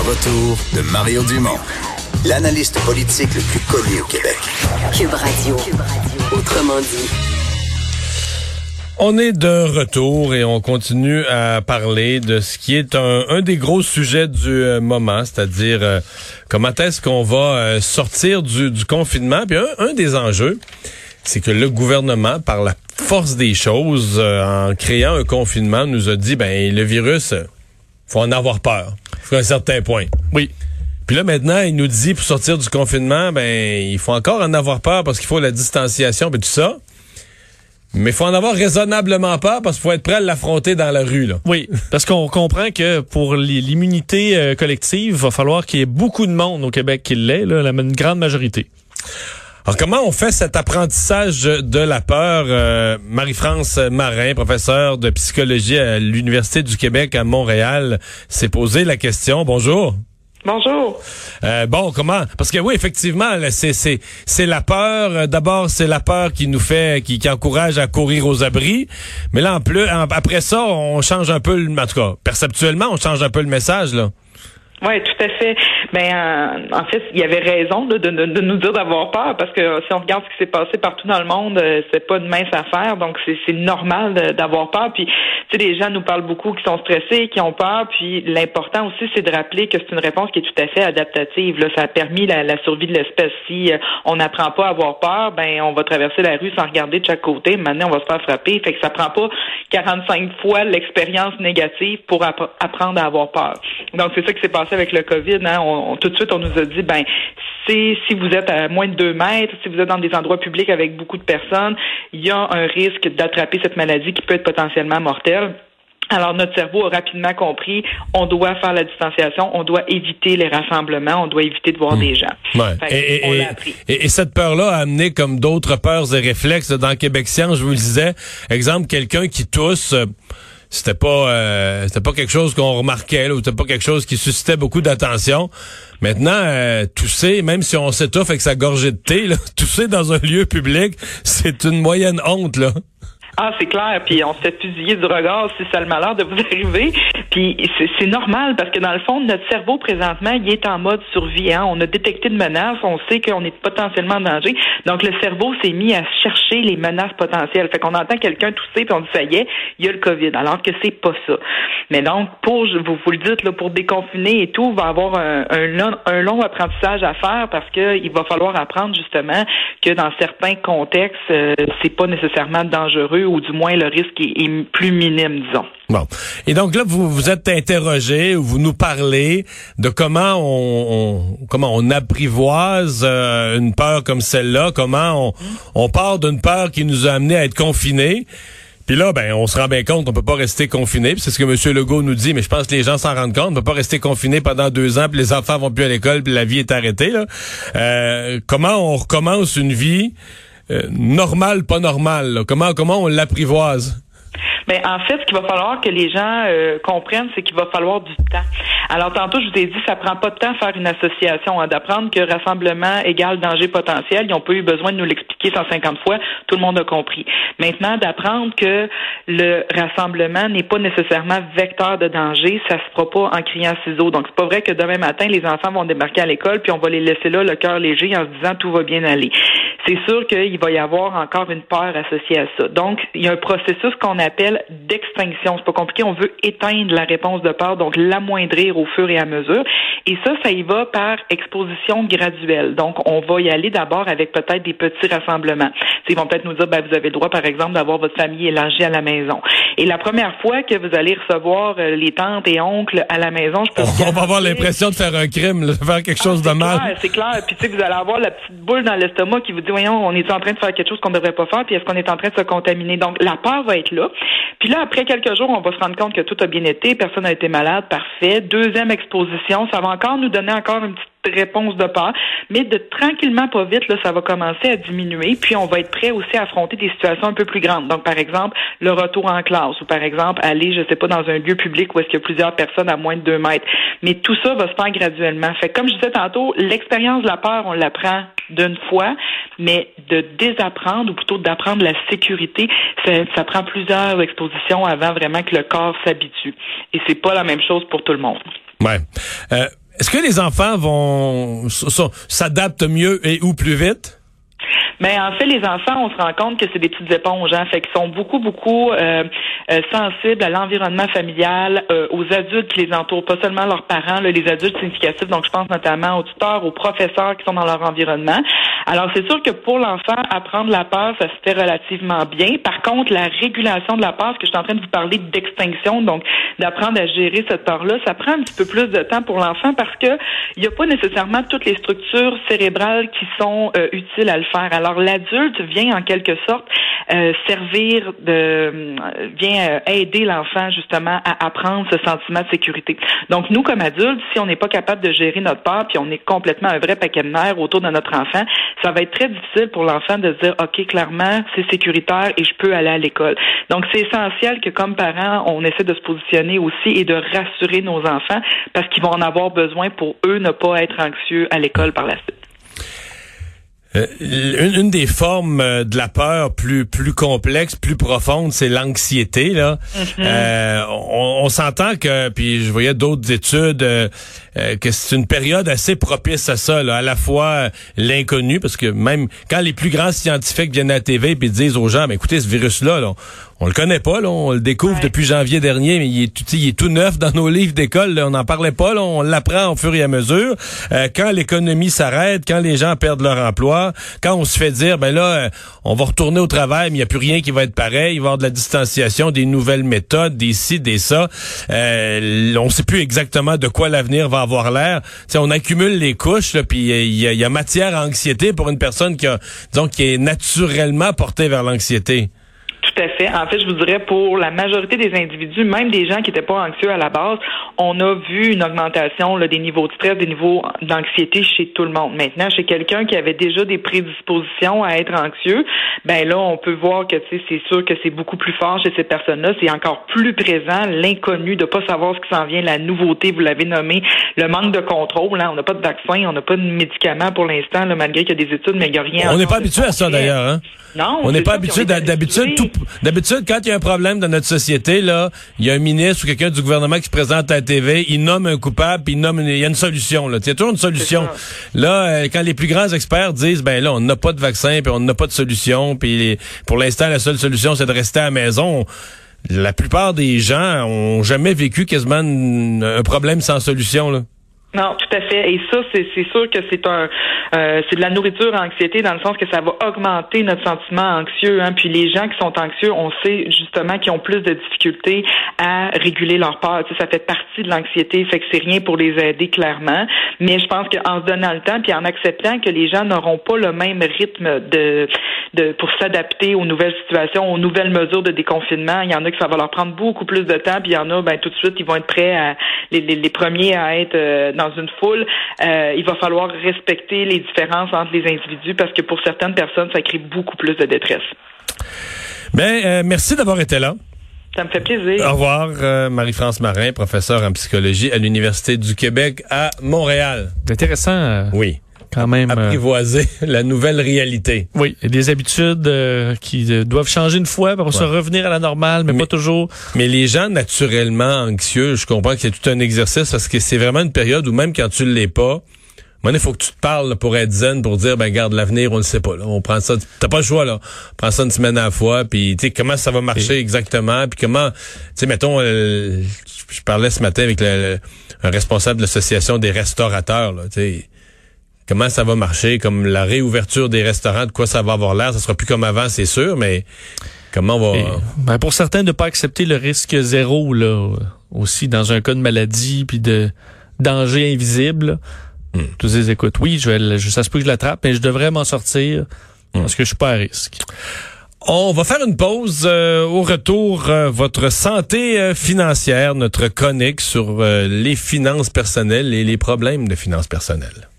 retour de Mario Dumont, l'analyste politique le plus connu au Québec. Cube Radio. Autrement dit. On est de retour et on continue à parler de ce qui est un des gros sujets du moment, c'est-à-dire comment est-ce qu'on va sortir du confinement. Puis un des enjeux, c'est que le gouvernement, par la force des choses, en créant un confinement, nous a dit, le virus, faut en avoir peur, jusqu'à un certain point. Oui. Puis là, maintenant, il nous dit, pour sortir du confinement, il faut encore en avoir peur parce qu'il faut la distanciation et tout ça. Mais il faut en avoir raisonnablement peur parce qu'il faut être prêt à l'affronter dans la rue, là. Oui, parce qu'on comprend que pour l'immunité collective, il va falloir qu'il y ait beaucoup de monde au Québec qui l'ait, là, une grande majorité. Alors, comment on fait cet apprentissage de la peur? Marie-France Marin, professeure de psychologie à l'Université du Québec à Montréal, s'est posé la question. Bonjour. Bonjour. Comment? Parce que oui, effectivement, là, c'est la peur. D'abord, c'est la peur qui nous fait, qui encourage à courir aux abris. Mais là, après ça, on change un peu, en tout cas, perceptuellement, on change un peu le message, là. Oui, tout à fait. En fait, il y avait raison là, de nous dire d'avoir peur parce que si on regarde ce qui s'est passé partout dans le monde, c'est pas une mince affaire. Donc, c'est normal d'avoir peur. Puis, tu sais, les gens nous parlent beaucoup qui sont stressés, qui ont peur. Puis, l'important aussi, c'est de rappeler que c'est une réponse qui est tout à fait adaptative. Là, ça a permis la survie de l'espèce. Si on n'apprend pas à avoir peur, on va traverser la rue sans regarder de chaque côté. Maintenant, on va se faire frapper. Fait que ça prend pas 45 fois l'expérience négative pour apprendre à avoir peur. Donc, c'est ça qui s'est passé avec le COVID, hein. Tout de suite, on nous a dit, si vous êtes à moins de 2 mètres, si vous êtes dans des endroits publics avec beaucoup de personnes, il y a un risque d'attraper cette maladie qui peut être potentiellement mortelle. Alors, notre cerveau a rapidement compris, on doit faire la distanciation, on doit éviter les rassemblements, on doit éviter de voir des gens. Ouais. On l'a appris. Et cette peur-là a amené comme d'autres peurs et réflexes dans Québec Science, je vous le disais. Exemple, quelqu'un qui tousse... C'était pas quelque chose qu'on remarquait, là, ou c'était pas quelque chose qui suscitait beaucoup d'attention. Maintenant, tousser, même si on s'étouffe avec sa gorgée de thé, là, tousser dans un lieu public, c'est une moyenne honte, là. Ah, c'est clair. Puis on se fait fusiller du regard si ça a le malheur de vous arriver. Puis c'est normal parce que dans le fond, notre cerveau présentement, il est en mode survie. Hein? On a détecté une menace, on sait qu'on est potentiellement en danger. Donc le cerveau s'est mis à chercher les menaces potentielles. Fait qu'on entend quelqu'un tousser puis on dit ça y est, il y a le COVID. Alors que c'est pas ça. Mais donc pour vous le dites là, pour déconfiner et tout, il va y avoir un long apprentissage à faire parce que il va falloir apprendre justement que dans certains contextes, c'est pas nécessairement dangereux ou du moins le risque est plus minime, disons. Bon. Et donc là, vous êtes interrogé, vous nous parlez de comment on apprivoise une peur comme celle-là, comment on part d'une peur qui nous a amené à être confinés. Puis là, on se rend bien compte qu'on peut pas rester confiné. Puis c'est ce que M. Legault nous dit, mais je pense que les gens s'en rendent compte. On peut pas rester confiné pendant 2 ans, puis les enfants vont plus à l'école, puis la vie est arrêtée, là. Comment on recommence une vie normale, pas normale, là? Comment on l'apprivoise? En fait, ce qu'il va falloir que les gens comprennent, c'est qu'il va falloir du temps. Alors, tantôt, je vous ai dit, ça prend pas de temps à faire une association, d'apprendre que rassemblement égale danger potentiel. Ils n'ont pas eu besoin de nous l'expliquer 150 fois. Tout le monde a compris. Maintenant, d'apprendre que le rassemblement n'est pas nécessairement vecteur de danger, ça se fera pas en criant ciseaux. Donc, c'est pas vrai que demain matin, les enfants vont débarquer à l'école puis on va les laisser là, le cœur léger, en se disant tout va bien aller. C'est sûr qu'il va y avoir encore une peur associée à ça. Donc, il y a un processus qu'on appelle d'extinction. C'est pas compliqué. On veut éteindre la réponse de peur, donc l'amoindrir au fur et à mesure. Et ça y va par exposition graduelle. Donc, on va y aller d'abord avec peut-être des petits rassemblements. Ils vont peut-être nous dire, vous avez le droit, par exemple, d'avoir votre famille élargie à la maison. Et la première fois que vous allez recevoir les tantes et oncles à la maison, je peux vous on va avoir l'impression de faire un crime, de faire quelque chose de mal. C'est clair. Puis, vous allez avoir la petite boule dans l'estomac qui vous dit, voyons, on est en train de faire quelque chose qu'on ne devrait pas faire, puis est-ce qu'on est en train de se contaminer? Donc, la peur va être là. Puis là, après quelques jours, on va se rendre compte que tout a bien été, personne n'a été malade, parfait. Deuxième exposition, ça va encore nous donner encore une petite réponse de peur, mais de tranquillement, pas vite, là, ça va commencer à diminuer, puis on va être prêt aussi à affronter des situations un peu plus grandes. Donc, par exemple, le retour en classe, ou par exemple, aller, je sais pas, dans un lieu public où est-ce qu'il y a plusieurs personnes à moins de 2 mètres. Mais tout ça va se faire graduellement. Fait que, comme je disais tantôt, l'expérience de la peur, on l'apprend d'une fois, mais de désapprendre, ou plutôt d'apprendre la sécurité, ça prend plusieurs expositions avant vraiment que le corps s'habitue. Et c'est pas la même chose pour tout le monde. Ouais. Est-ce que les enfants s'adaptent mieux et ou plus vite? Mais en fait, les enfants, on se rend compte que c'est des petites éponges, hein, fait qu'ils sont beaucoup sensibles à l'environnement familial, aux adultes qui les entourent, pas seulement leurs parents, là, les adultes significatifs. Donc, je pense notamment aux tuteurs, aux professeurs qui sont dans leur environnement. Alors, c'est sûr que pour l'enfant, apprendre la peur, ça se fait relativement bien. Par contre, la régulation de la peur, ce que je suis en train de vous parler d'extinction, donc d'apprendre à gérer cette peur-là, ça prend un petit peu plus de temps pour l'enfant parce que il n'y a pas nécessairement toutes les structures cérébrales qui sont utiles à le faire. Alors, l'adulte vient en quelque sorte vient aider l'enfant justement à apprendre ce sentiment de sécurité. Donc, nous, comme adultes, si on n'est pas capable de gérer notre peur, puis on est complètement un vrai paquet de nerfs autour de notre enfant, ça va être très difficile pour l'enfant de se dire, OK, clairement, c'est sécuritaire et je peux aller à l'école. Donc, c'est essentiel que comme parents, on essaie de se positionner aussi et de rassurer nos enfants parce qu'ils vont en avoir besoin pour eux ne pas être anxieux à l'école par la suite. Une des formes de la peur plus complexe, plus profonde, c'est l'anxiété là. Mm-hmm. On s'entend que, puis je voyais d'autres études que c'est une période assez propice à ça là, à la fois l'inconnu, parce que même quand les plus grands scientifiques viennent à la TV et disent aux gens, écoutez, ce virus là, on le connaît pas, là, on le découvre depuis janvier dernier, mais il est tout neuf dans nos livres d'école, là, on n'en parlait pas, là, on l'apprend au fur et à mesure. Quand l'économie s'arrête, quand les gens perdent leur emploi, quand on se fait dire, on va retourner au travail, mais il n'y a plus rien qui va être pareil, il va y avoir de la distanciation, des nouvelles méthodes, des ci, des ça. On sait plus exactement de quoi l'avenir va avoir l'air. T'sais, on accumule les couches, là, puis il y a matière à anxiété pour une personne qui est naturellement portée vers l'anxiété. Tout à fait. En fait, je vous dirais pour la majorité des individus, même des gens qui n'étaient pas anxieux à la base, on a vu une augmentation là, des niveaux de stress, des niveaux d'anxiété chez tout le monde. Maintenant, chez quelqu'un qui avait déjà des prédispositions à être anxieux, là, on peut voir que c'est sûr que c'est beaucoup plus fort chez ces personnes-là. C'est encore plus présent, l'inconnu, de pas savoir ce qui s'en vient, la nouveauté, vous l'avez nommé, le manque de contrôle. Hein. On n'a pas de vaccin, on n'a pas de médicaments pour l'instant, là, malgré qu'il y a des études, mais il n'y a rien. On n'est pas habitué à ça d'ailleurs, hein? Non. On n'est pas habitué. D'habitude, quand il y a un problème dans notre société, là, il y a un ministre ou quelqu'un du gouvernement qui se présente à la TV, il nomme un coupable, puis il y a une solution. Là, il y a toujours une solution. Là, quand les plus grands experts disent, là, on n'a pas de vaccin, puis on n'a pas de solution, puis pour l'instant, la seule solution, c'est de rester à la maison. La plupart des gens ont jamais vécu quasiment un problème sans solution, là. Non, tout à fait. Et ça, c'est sûr que c'est de la nourriture à anxiété dans le sens que ça va augmenter notre sentiment anxieux. Hein. Puis les gens qui sont anxieux, on sait justement qu'ils ont plus de difficultés à réguler leur peur. Tu sais, ça fait partie de l'anxiété, fait que c'est rien pour les aider clairement. Mais je pense qu'en se donnant le temps puis en acceptant que les gens n'auront pas le même rythme pour s'adapter aux nouvelles situations, aux nouvelles mesures de déconfinement, il y en a que ça va leur prendre beaucoup plus de temps, puis il y en a, tout de suite, ils vont être prêts à les premiers à être dans une foule. Il va falloir respecter les différences entre les individus parce que pour certaines personnes, ça crée beaucoup plus de détresse. Merci d'avoir été là. Ça me fait plaisir. Au revoir, Marie-France Marin, professeure en psychologie à l'Université du Québec à Montréal. Intéressant. Oui. Quand même apprivoiser la nouvelle réalité. Oui, et des habitudes qui doivent changer une fois pour se revenir à la normale, mais pas toujours. Mais les gens naturellement anxieux, je comprends que c'est tout un exercice parce que c'est vraiment une période où même quand tu l'es pas, il faut que tu te parles là, pour être zen, pour dire garde l'avenir, on le sait pas là, on prend ça, t'as pas le choix là. On prend ça une semaine à la fois, puis tu sais comment ça va marcher exactement, puis comment mettons je parlais ce matin avec un responsable de l'association des restaurateurs là, tu sais. Comment ça va marcher, comme la réouverture des restaurants, de quoi ça va avoir l'air, ça sera plus comme avant, c'est sûr, mais comment on va... pour certains, de ne pas accepter le risque zéro, là, aussi, dans un cas de maladie, puis de danger invisible, tu dis, écoute, oui, ça se peut que je l'attrape, mais je devrais m'en sortir, parce que je suis pas à risque. On va faire une pause. Au retour, votre santé financière, notre chronique sur les finances personnelles et les problèmes de finances personnelles.